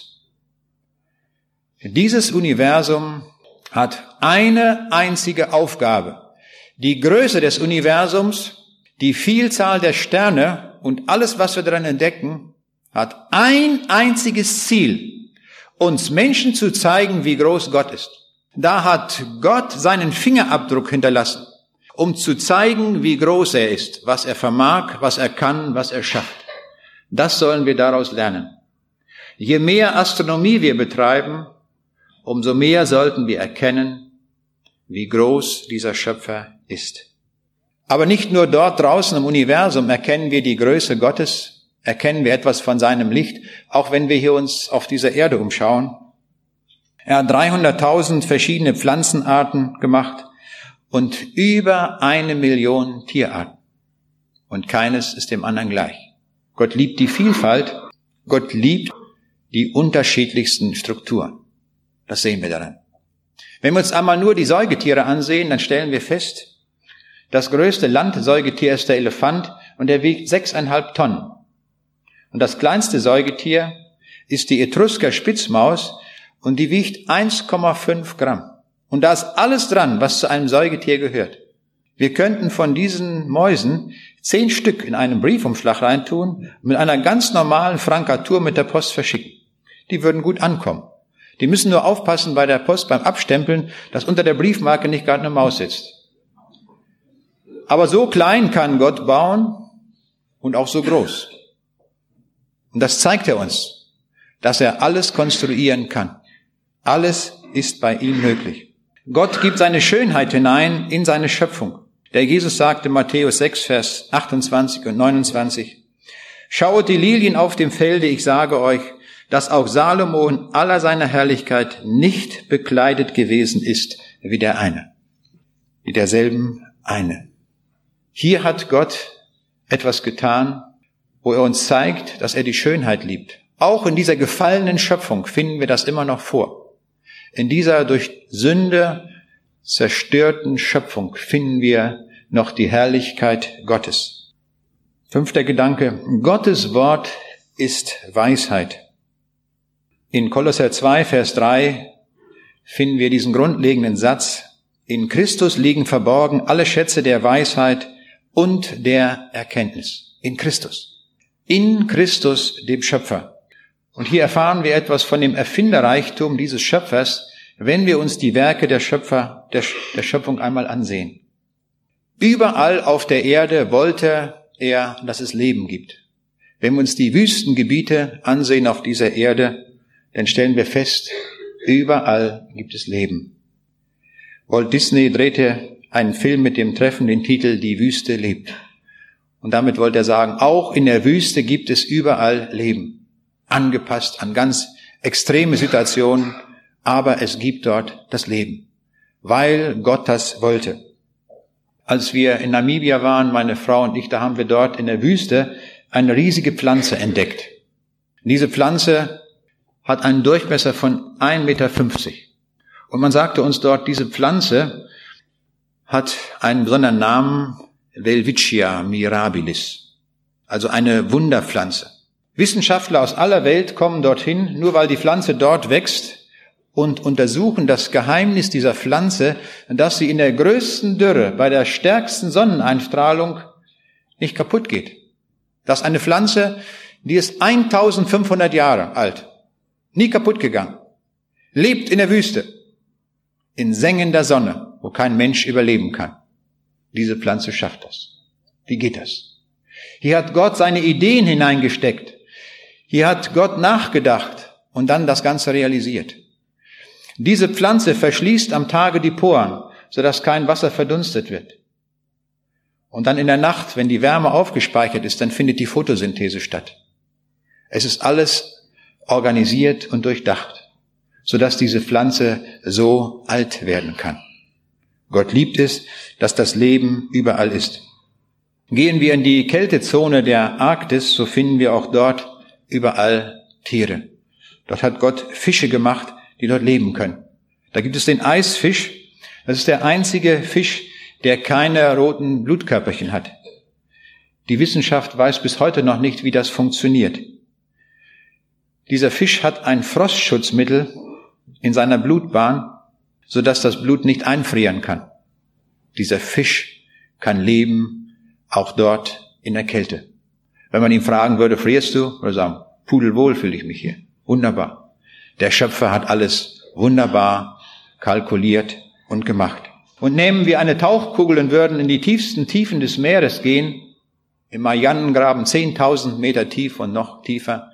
Dieses Universum hat eine einzige Aufgabe. Die Größe des Universums, die Vielzahl der Sterne und alles, was wir daran entdecken, hat ein einziges Ziel, uns Menschen zu zeigen, wie groß Gott ist. Da hat Gott seinen Fingerabdruck hinterlassen, um zu zeigen, wie groß er ist, was er vermag, was er kann, was er schafft. Das sollen wir daraus lernen. Je mehr Astronomie wir betreiben, umso mehr sollten wir erkennen, wie groß dieser Schöpfer ist. Aber nicht nur dort draußen im Universum erkennen wir die Größe Gottes, erkennen wir etwas von seinem Licht, auch wenn wir hier uns auf dieser Erde umschauen. Er hat dreihunderttausend verschiedene Pflanzenarten gemacht und über eine Million Tierarten. Und keines ist dem anderen gleich. Gott liebt die Vielfalt, Gott liebt die unterschiedlichsten Strukturen. Das sehen wir daran. Wenn wir uns einmal nur die Säugetiere ansehen, dann stellen wir fest, das größte Landsäugetier ist der Elefant und er wiegt sechseinhalb Tonnen. Und das kleinste Säugetier ist die Etrusker-Spitzmaus und die wiegt eins Komma fünf Gramm. Und da ist alles dran, was zu einem Säugetier gehört. Wir könnten von diesen Mäusen zehn Stück in einen Briefumschlag reintun und mit einer ganz normalen Frankatur mit der Post verschicken. Die würden gut ankommen. Die müssen nur aufpassen bei der Post beim Abstempeln, dass unter der Briefmarke nicht gerade eine Maus sitzt. Aber so klein kann Gott bauen und auch so groß. Und das zeigt er uns, dass er alles konstruieren kann. Alles ist bei ihm möglich. Gott gibt seine Schönheit hinein in seine Schöpfung. Der Jesus sagte, Matthäus sechs, Vers achtundzwanzig und neunundzwanzig, schaut die Lilien auf dem Felde, ich sage euch, dass auch Salomo in aller seiner Herrlichkeit nicht bekleidet gewesen ist wie der eine, wie derselben eine. Hier hat Gott etwas getan, wo er uns zeigt, dass er die Schönheit liebt. Auch in dieser gefallenen Schöpfung finden wir das immer noch vor. In dieser durch Sünde zerstörten Schöpfung finden wir noch die Herrlichkeit Gottes. Fünfter Gedanke. Gottes Wort ist Weisheit. In Kolosser zwei, Vers drei finden wir diesen grundlegenden Satz. In Christus liegen verborgen alle Schätze der Weisheit und der Erkenntnis. In Christus. In Christus, dem Schöpfer. Und hier erfahren wir etwas von dem Erfinderreichtum dieses Schöpfers, wenn wir uns die Werke der Schöpfer, der, der Schöpfung einmal ansehen. Überall auf der Erde wollte er, dass es Leben gibt. Wenn wir uns die Wüstengebiete ansehen auf dieser Erde, dann stellen wir fest, überall gibt es Leben. Walt Disney drehte einen Film mit dem treffenden Titel Die Wüste lebt. Und damit wollte er sagen, auch in der Wüste gibt es überall Leben. Angepasst an ganz extreme Situationen, aber es gibt dort das Leben, weil Gott das wollte. Als wir in Namibia waren, meine Frau und ich, da haben wir dort in der Wüste eine riesige Pflanze entdeckt. Diese Pflanze hat einen Durchmesser von ein Meter fünfzig. Und man sagte uns dort, diese Pflanze hat einen besonderen Namen, Welwitschia mirabilis, also eine Wunderpflanze. Wissenschaftler aus aller Welt kommen dorthin, nur weil die Pflanze dort wächst, und untersuchen das Geheimnis dieser Pflanze, dass sie in der größten Dürre, bei der stärksten Sonneneinstrahlung nicht kaputt geht. Das ist eine Pflanze, die ist eintausendfünfhundert Jahre alt, nie kaputt gegangen, lebt in der Wüste, in sengender Sonne, wo kein Mensch überleben kann. Diese Pflanze schafft das. Wie geht das? Hier hat Gott seine Ideen hineingesteckt. Hier hat Gott nachgedacht und dann das Ganze realisiert. Diese Pflanze verschließt am Tage die Poren, sodass kein Wasser verdunstet wird. Und dann in der Nacht, wenn die Wärme aufgespeichert ist, dann findet die Photosynthese statt. Es ist alles organisiert und durchdacht, sodass diese Pflanze so alt werden kann. Gott liebt es, dass das Leben überall ist. Gehen wir in die Kältezone der Arktis, so finden wir auch dort überall Tiere. Dort hat Gott Fische gemacht, die dort leben können. Da gibt es den Eisfisch. Das ist der einzige Fisch, der keine roten Blutkörperchen hat. Die Wissenschaft weiß bis heute noch nicht, wie das funktioniert. Dieser Fisch hat ein Frostschutzmittel in seiner Blutbahn, sodass das Blut nicht einfrieren kann. Dieser Fisch kann leben, auch dort in der Kälte. Wenn man ihn fragen würde, frierst du? Würde er sagen, pudelwohl fühle ich mich hier. Wunderbar. Der Schöpfer hat alles wunderbar kalkuliert und gemacht. Und nehmen wir eine Tauchkugel und würden in die tiefsten Tiefen des Meeres gehen, im Marianengraben zehntausend Meter tief und noch tiefer,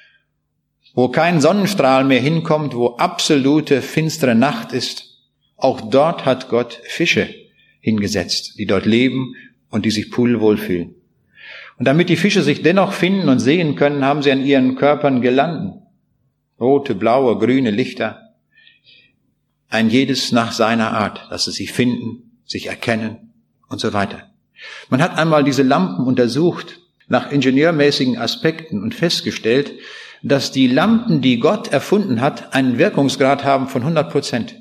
wo kein Sonnenstrahl mehr hinkommt, wo absolute finstere Nacht ist. Auch dort hat Gott Fische hingesetzt, die dort leben und die sich pudelwohl fühlen. Und damit die Fische sich dennoch finden und sehen können, haben sie an ihren Körpern Girlanden. Rote, blaue, grüne Lichter. Ein jedes nach seiner Art, dass sie sich finden, sich erkennen und so weiter. Man hat einmal diese Lampen untersucht nach ingenieurmäßigen Aspekten und festgestellt, dass die Lampen, die Gott erfunden hat, einen Wirkungsgrad haben von hundert Prozent.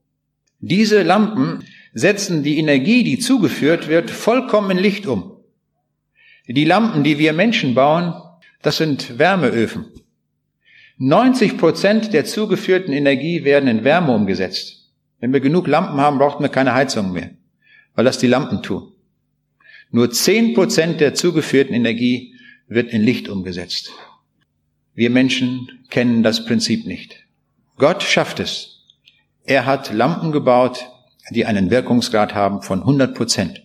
Diese Lampen setzen die Energie, die zugeführt wird, vollkommen in Licht um. Die Lampen, die wir Menschen bauen, das sind Wärmeöfen. neunzig Prozent der zugeführten Energie werden in Wärme umgesetzt. Wenn wir genug Lampen haben, brauchen wir keine Heizung mehr, weil das die Lampen tun. Nur zehn Prozent der zugeführten Energie wird in Licht umgesetzt. Wir Menschen kennen das Prinzip nicht. Gott schafft es. Er hat Lampen gebaut, die einen Wirkungsgrad haben von hundert Prozent.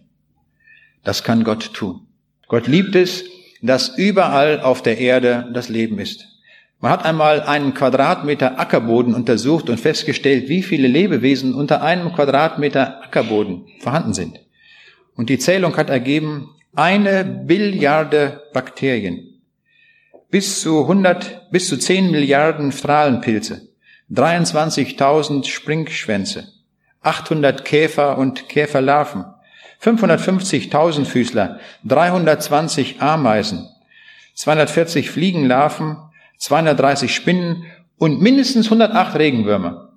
Das kann Gott tun. Gott liebt es, dass überall auf der Erde das Leben ist. Man hat einmal einen Quadratmeter Ackerboden untersucht und festgestellt, wie viele Lebewesen unter einem Quadratmeter Ackerboden vorhanden sind. Und die Zählung hat ergeben, eine Billiarde Bakterien, bis zu hundert, bis zu zehn Milliarden Strahlenpilze, dreiundzwanzigtausend Springschwänze, achthundert Käfer und Käferlarven, fünfhundertfünfzig Tausendfüßler, dreihundertzwanzig Ameisen, zweihundertvierzig Fliegenlarven, zweihundertdreißig Spinnen und mindestens hundertacht Regenwürmer.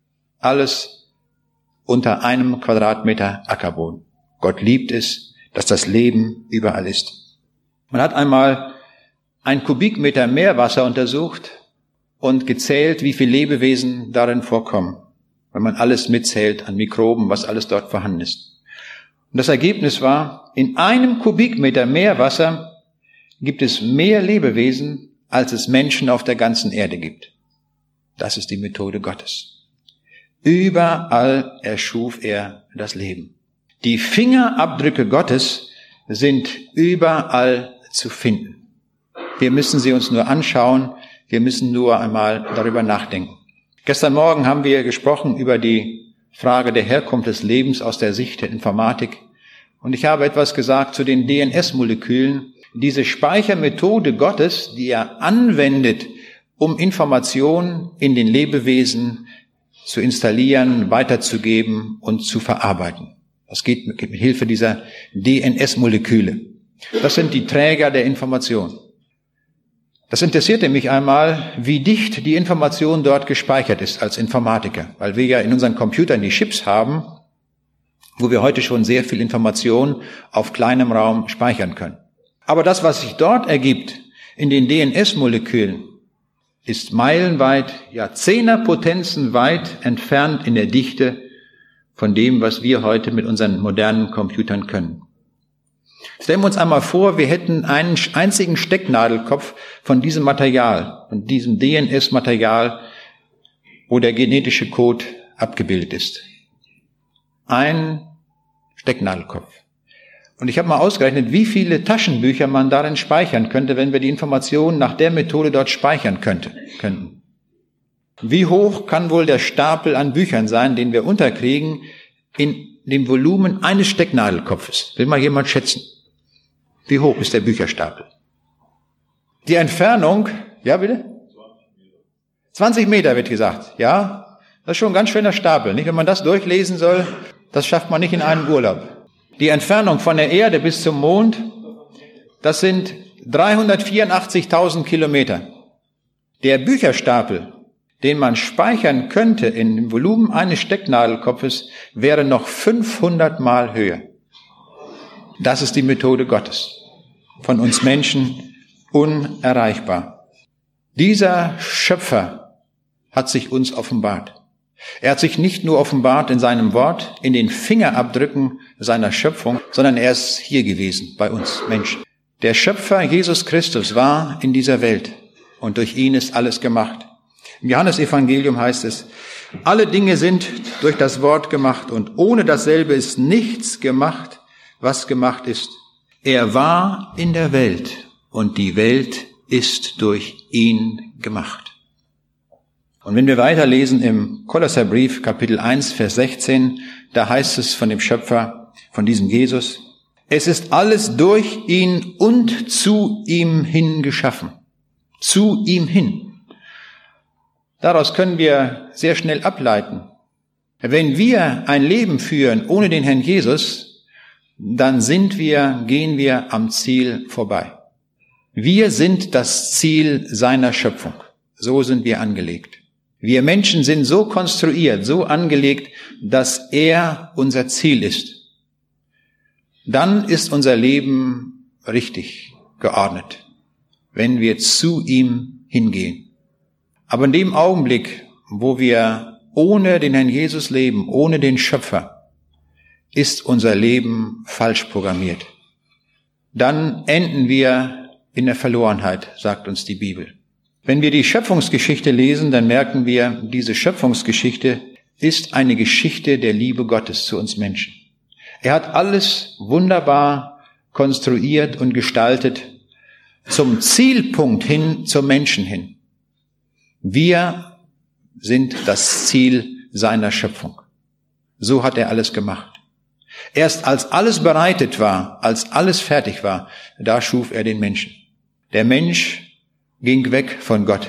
Alles unter einem Quadratmeter Ackerboden. Gott liebt es, dass das Leben überall ist. Man hat einmal ein Kubikmeter Meerwasser untersucht und gezählt, wie viele Lebewesen darin vorkommen, wenn man alles mitzählt an Mikroben, was alles dort vorhanden ist. Und das Ergebnis war, in einem Kubikmeter Meerwasser gibt es mehr Lebewesen, als es Menschen auf der ganzen Erde gibt. Das ist die Methode Gottes. Überall erschuf er das Leben. Die Fingerabdrücke Gottes sind überall zu finden. Wir müssen sie uns nur anschauen, wir müssen nur einmal darüber nachdenken. Gestern Morgen haben wir gesprochen über die Frage der Herkunft des Lebens aus der Sicht der Informatik. Und ich habe etwas gesagt zu den D N S-Molekülen. Diese Speichermethode Gottes, die er anwendet, um Informationen in den Lebewesen zu installieren, weiterzugeben und zu verarbeiten. Das geht mit, mit Hilfe dieser D N S-Moleküle. Das sind die Träger der Information. Das interessierte mich einmal, wie dicht die Information dort gespeichert ist als Informatiker, weil wir ja in unseren Computern die Chips haben, wo wir heute schon sehr viel Information auf kleinem Raum speichern können. Aber das, was sich dort ergibt in den D N S-Molekülen, ist meilenweit, ja Zehnerpotenzen weit entfernt in der Dichte von dem, was wir heute mit unseren modernen Computern können. Stellen wir uns einmal vor, wir hätten einen einzigen Stecknadelkopf von diesem Material, von diesem D N S-Material, wo der genetische Code abgebildet ist. Ein Stecknadelkopf. Und ich habe mal ausgerechnet, wie viele Taschenbücher man darin speichern könnte, wenn wir die Informationen nach der Methode dort speichern könnte, könnten. Wie hoch kann wohl der Stapel an Büchern sein, den wir unterkriegen, in dem Volumen eines Stecknadelkopfes? Will mal jemand schätzen? Wie hoch ist der Bücherstapel? Die Entfernung, ja bitte? zwanzig Meter wird gesagt, ja. Das ist schon ein ganz schöner Stapel, nicht? Wenn man das durchlesen soll, das schafft man nicht in einem Urlaub. Die Entfernung von der Erde bis zum Mond, das sind dreihundertvierundachtzigtausend Kilometer. Der Bücherstapel, den man speichern könnte in dem Volumen eines Stecknadelkopfes, wäre noch fünfhundert Mal höher. Das ist die Methode Gottes. Von uns Menschen unerreichbar. Dieser Schöpfer hat sich uns offenbart. Er hat sich nicht nur offenbart in seinem Wort, in den Fingerabdrücken seiner Schöpfung, sondern er ist hier gewesen, bei uns Menschen. Der Schöpfer Jesus Christus war in dieser Welt und durch ihn ist alles gemacht. Im Johannesevangelium heißt es, alle Dinge sind durch das Wort gemacht und ohne dasselbe ist nichts gemacht, was gemacht ist. Er war in der Welt und die Welt ist durch ihn gemacht. Und wenn wir weiterlesen im Kolosserbrief, Kapitel eins, Vers sechzehn, da heißt es von dem Schöpfer, von diesem Jesus, es ist alles durch ihn und zu ihm hin geschaffen. Zu ihm hin. Daraus können wir sehr schnell ableiten. Wenn wir ein Leben führen ohne den Herrn Jesus, dann sind wir, gehen wir am Ziel vorbei. Wir sind das Ziel seiner Schöpfung. So sind wir angelegt. Wir Menschen sind so konstruiert, so angelegt, dass er unser Ziel ist. Dann ist unser Leben richtig geordnet, wenn wir zu ihm hingehen. Aber in dem Augenblick, wo wir ohne den Herrn Jesus leben, ohne den Schöpfer, ist unser Leben falsch programmiert. Dann enden wir in der Verlorenheit, sagt uns die Bibel. Wenn wir die Schöpfungsgeschichte lesen, dann merken wir, diese Schöpfungsgeschichte ist eine Geschichte der Liebe Gottes zu uns Menschen. Er hat alles wunderbar konstruiert und gestaltet zum Zielpunkt hin, zum Menschen hin. Wir sind das Ziel seiner Schöpfung. So hat er alles gemacht. Erst als alles bereitet war, als alles fertig war, da schuf er den Menschen. Der Mensch ging weg von Gott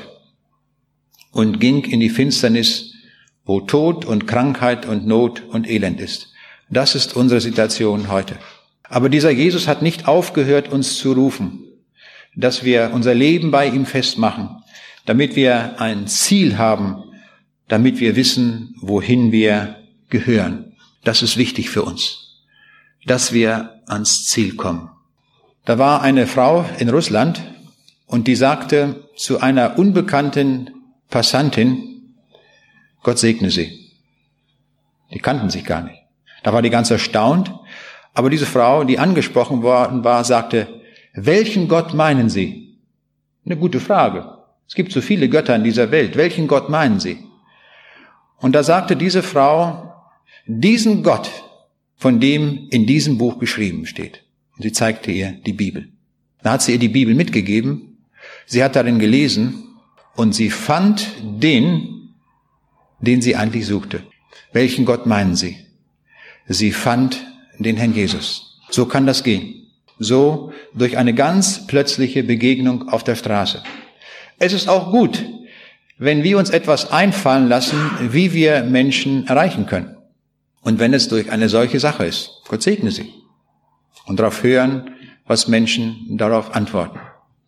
und ging in die Finsternis, wo Tod und Krankheit und Not und Elend ist. Das ist unsere Situation heute. Aber dieser Jesus hat nicht aufgehört, uns zu rufen, dass wir unser Leben bei ihm festmachen, damit wir ein Ziel haben, damit wir wissen, wohin wir gehören. Das ist wichtig für uns, dass wir ans Ziel kommen. Da war eine Frau in Russland, und die sagte zu einer unbekannten Passantin, Gott segne sie. Die kannten sich gar nicht. Da war die ganz erstaunt. Aber diese Frau, die angesprochen worden war, sagte, welchen Gott meinen Sie? Eine gute Frage. Es gibt so viele Götter in dieser Welt. Welchen Gott meinen Sie? Und da sagte diese Frau, diesen Gott, von dem in diesem Buch geschrieben steht. Und sie zeigte ihr die Bibel. Da hat sie ihr die Bibel mitgegeben. Sie hat darin gelesen und sie fand den, den sie eigentlich suchte. Welchen Gott meinen Sie? Sie fand den Herrn Jesus. So kann das gehen. So durch eine ganz plötzliche Begegnung auf der Straße. Es ist auch gut, wenn wir uns etwas einfallen lassen, wie wir Menschen erreichen können. Und wenn es durch eine solche Sache ist, Gott segne sie. Und darauf hören, was Menschen darauf antworten.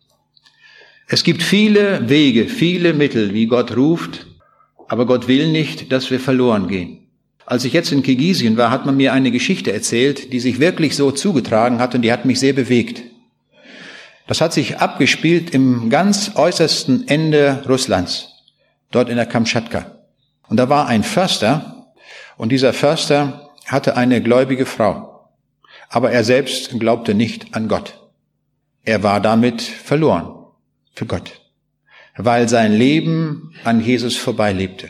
Es gibt viele Wege, viele Mittel, wie Gott ruft, aber Gott will nicht, dass wir verloren gehen. Als ich jetzt in Kirgisien war, hat man mir eine Geschichte erzählt, die sich wirklich so zugetragen hat und die hat mich sehr bewegt. Das hat sich abgespielt im ganz äußersten Ende Russlands, dort in der Kamtschatka. Und da war ein Förster und dieser Förster hatte eine gläubige Frau. Aber er selbst glaubte nicht an Gott. Er war damit verloren für Gott, weil sein Leben an Jesus vorbeilebte.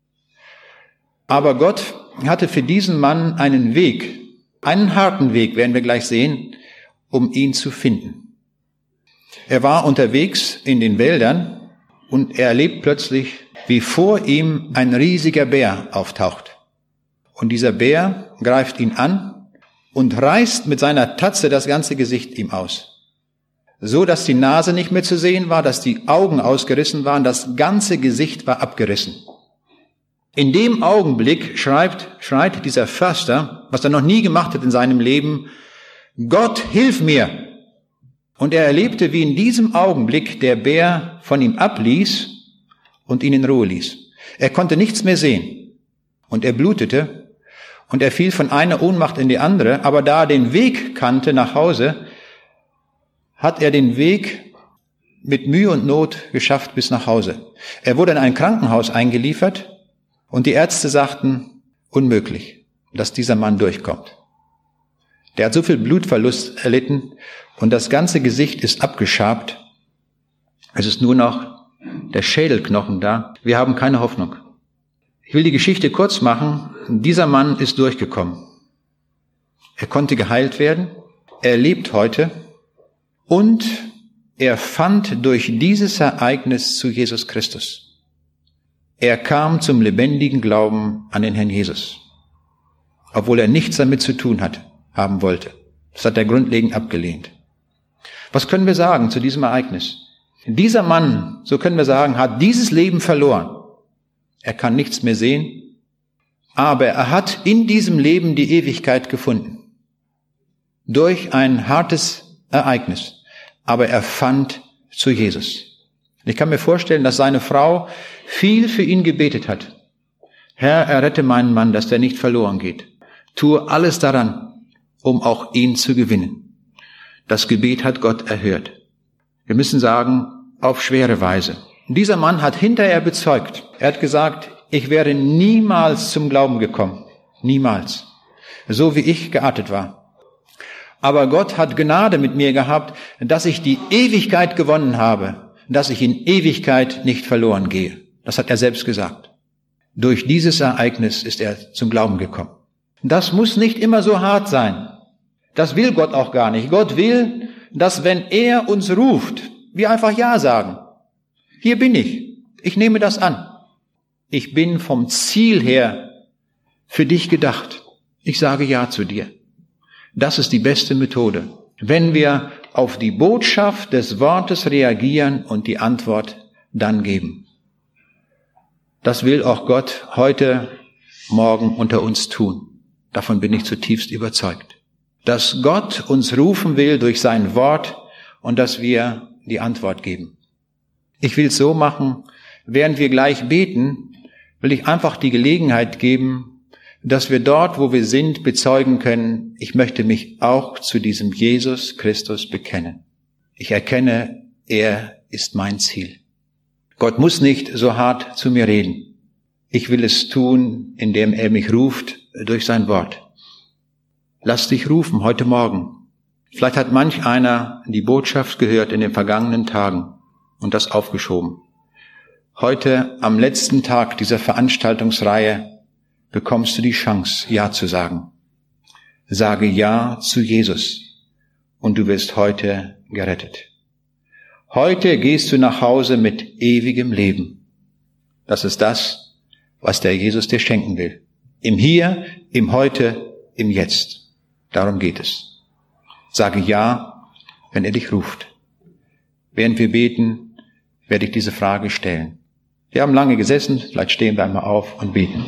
Aber Gott hatte für diesen Mann einen Weg, einen harten Weg, werden wir gleich sehen, um ihn zu finden. Er war unterwegs in den Wäldern und er erlebt plötzlich, wie vor ihm ein riesiger Bär auftaucht. Und dieser Bär greift ihn an und reißt mit seiner Tatze das ganze Gesicht ihm aus. So, dass die Nase nicht mehr zu sehen war, dass die Augen ausgerissen waren, das ganze Gesicht war abgerissen. In dem Augenblick schreit, schreit dieser Förster, was er noch nie gemacht hat in seinem Leben, Gott, hilf mir! Und er erlebte, wie in diesem Augenblick der Bär von ihm abließ und ihn in Ruhe ließ. Er konnte nichts mehr sehen und er blutete und er fiel von einer Ohnmacht in die andere, aber da er den Weg kannte nach Hause, hat er den Weg mit Mühe und Not geschafft bis nach Hause. Er wurde in ein Krankenhaus eingeliefert und die Ärzte sagten, unmöglich, dass dieser Mann durchkommt. Der hat so viel Blutverlust erlitten und das ganze Gesicht ist abgeschabt. Es ist nur noch der Schädelknochen da. Wir haben keine Hoffnung. Ich will die Geschichte kurz machen. Dieser Mann ist durchgekommen. Er konnte geheilt werden. Er lebt heute. Und er fand durch dieses Ereignis zu Jesus Christus. Er kam zum lebendigen Glauben an den Herrn Jesus. Obwohl er nichts damit zu tun hat, haben wollte. Das hat er grundlegend abgelehnt. Was können wir sagen zu diesem Ereignis? Dieser Mann, so können wir sagen, hat dieses Leben verloren. Er kann nichts mehr sehen, aber er hat in diesem Leben die Ewigkeit gefunden. Durch ein hartes Ereignis. Aber er fand zu Jesus. Ich kann mir vorstellen, dass seine Frau viel für ihn gebetet hat. Herr, errette meinen Mann, dass der nicht verloren geht. Tue alles daran, um auch ihn zu gewinnen. Das Gebet hat Gott erhört. Wir müssen sagen, auf schwere Weise. Dieser Mann hat hinterher bezeugt. Er hat gesagt, ich wäre niemals zum Glauben gekommen. Niemals. So wie ich geartet war. Aber Gott hat Gnade mit mir gehabt, dass ich die Ewigkeit gewonnen habe, dass ich in Ewigkeit nicht verloren gehe. Das hat er selbst gesagt. Durch dieses Ereignis ist er zum Glauben gekommen. Das muss nicht immer so hart sein. Das will Gott auch gar nicht. Gott will, dass wenn er uns ruft, wir einfach Ja sagen. Hier bin ich. Ich nehme das an. Ich bin vom Ziel her für dich gedacht. Ich sage Ja zu dir. Das ist die beste Methode. Wenn wir auf die Botschaft des Wortes reagieren und die Antwort dann geben. Das will auch Gott heute, morgen unter uns tun. Davon bin ich zutiefst überzeugt. Dass Gott uns rufen will durch sein Wort und dass wir die Antwort geben. Ich will es so machen, während wir gleich beten, will ich einfach die Gelegenheit geben, dass wir dort, wo wir sind, bezeugen können, ich möchte mich auch zu diesem Jesus Christus bekennen. Ich erkenne, er ist mein Ziel. Gott muss nicht so hart zu mir reden. Ich will es tun, indem er mich ruft durch sein Wort. Lass dich rufen heute Morgen. Vielleicht hat manch einer die Botschaft gehört in den vergangenen Tagen und das aufgeschoben. Heute, am letzten Tag dieser Veranstaltungsreihe, bekommst du die Chance, Ja zu sagen. Sage Ja zu Jesus und du wirst heute gerettet. Heute gehst du nach Hause mit ewigem Leben. Das ist das, was der Jesus dir schenken will. Im Hier, im Heute, im Jetzt. Darum geht es. Sage Ja, wenn er dich ruft. Während wir beten, werde ich diese Frage stellen. Wir haben lange gesessen, vielleicht stehen wir einmal auf und beten.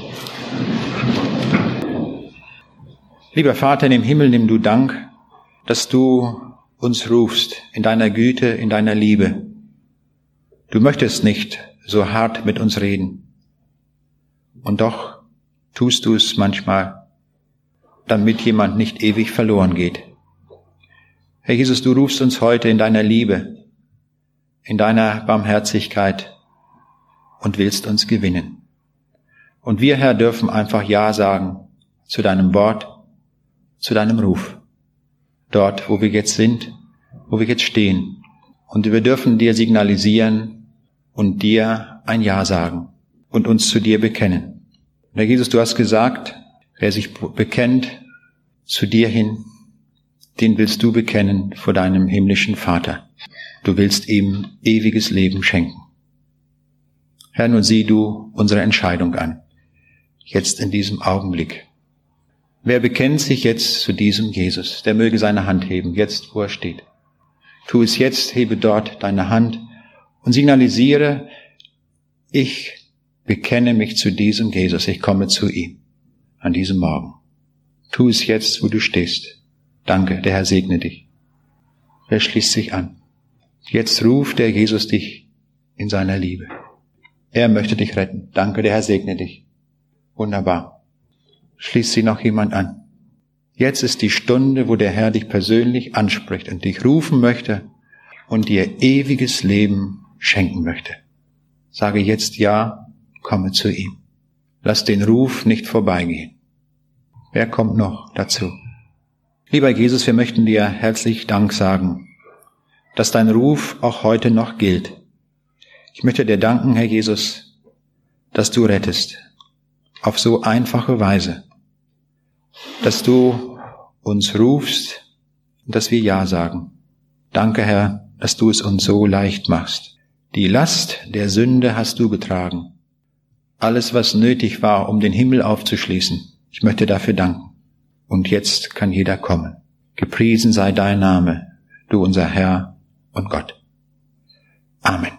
Lieber Vater im Himmel, nimm du Dank, dass du uns rufst in deiner Güte, in deiner Liebe. Du möchtest nicht so hart mit uns reden. Und doch tust du es manchmal, damit jemand nicht ewig verloren geht. Herr Jesus, du rufst uns heute in deiner Liebe, in deiner Barmherzigkeit und willst uns gewinnen. Und wir, Herr, dürfen einfach Ja sagen zu deinem Wort, zu deinem Ruf. Dort, wo wir jetzt sind, wo wir jetzt stehen. Und wir dürfen dir signalisieren und dir ein Ja sagen und uns zu dir bekennen. Herr Jesus, du hast gesagt, wer sich bekennt zu dir hin, den willst du bekennen vor deinem himmlischen Vater. Du willst ihm ewiges Leben schenken. Herr, nun sieh du unsere Entscheidung an, jetzt in diesem Augenblick. Wer bekennt sich jetzt zu diesem Jesus? Der möge seine Hand heben, jetzt wo er steht. Tu es jetzt, hebe dort deine Hand und signalisiere, ich bekenne mich zu diesem Jesus, ich komme zu ihm an diesem Morgen. Tu es jetzt, wo du stehst. Danke, der Herr segne dich. Wer schließt sich an? Jetzt ruft der Jesus dich in seiner Liebe. Er möchte dich retten. Danke, der Herr segne dich. Wunderbar. Schließt sich noch jemand an? Jetzt ist die Stunde, wo der Herr dich persönlich anspricht und dich rufen möchte und dir ewiges Leben schenken möchte. Sage jetzt Ja, komme zu ihm. Lass den Ruf nicht vorbeigehen. Wer kommt noch dazu? Lieber Jesus, wir möchten dir herzlich Dank sagen, dass dein Ruf auch heute noch gilt. Ich möchte dir danken, Herr Jesus, dass du rettest, auf so einfache Weise, dass du uns rufst und dass wir Ja sagen. Danke, Herr, dass du es uns so leicht machst. Die Last der Sünde hast du getragen. Alles, was nötig war, um den Himmel aufzuschließen. Ich möchte dafür danken. Und jetzt kann jeder kommen. Gepriesen sei dein Name, du unser Herr und Gott. Amen.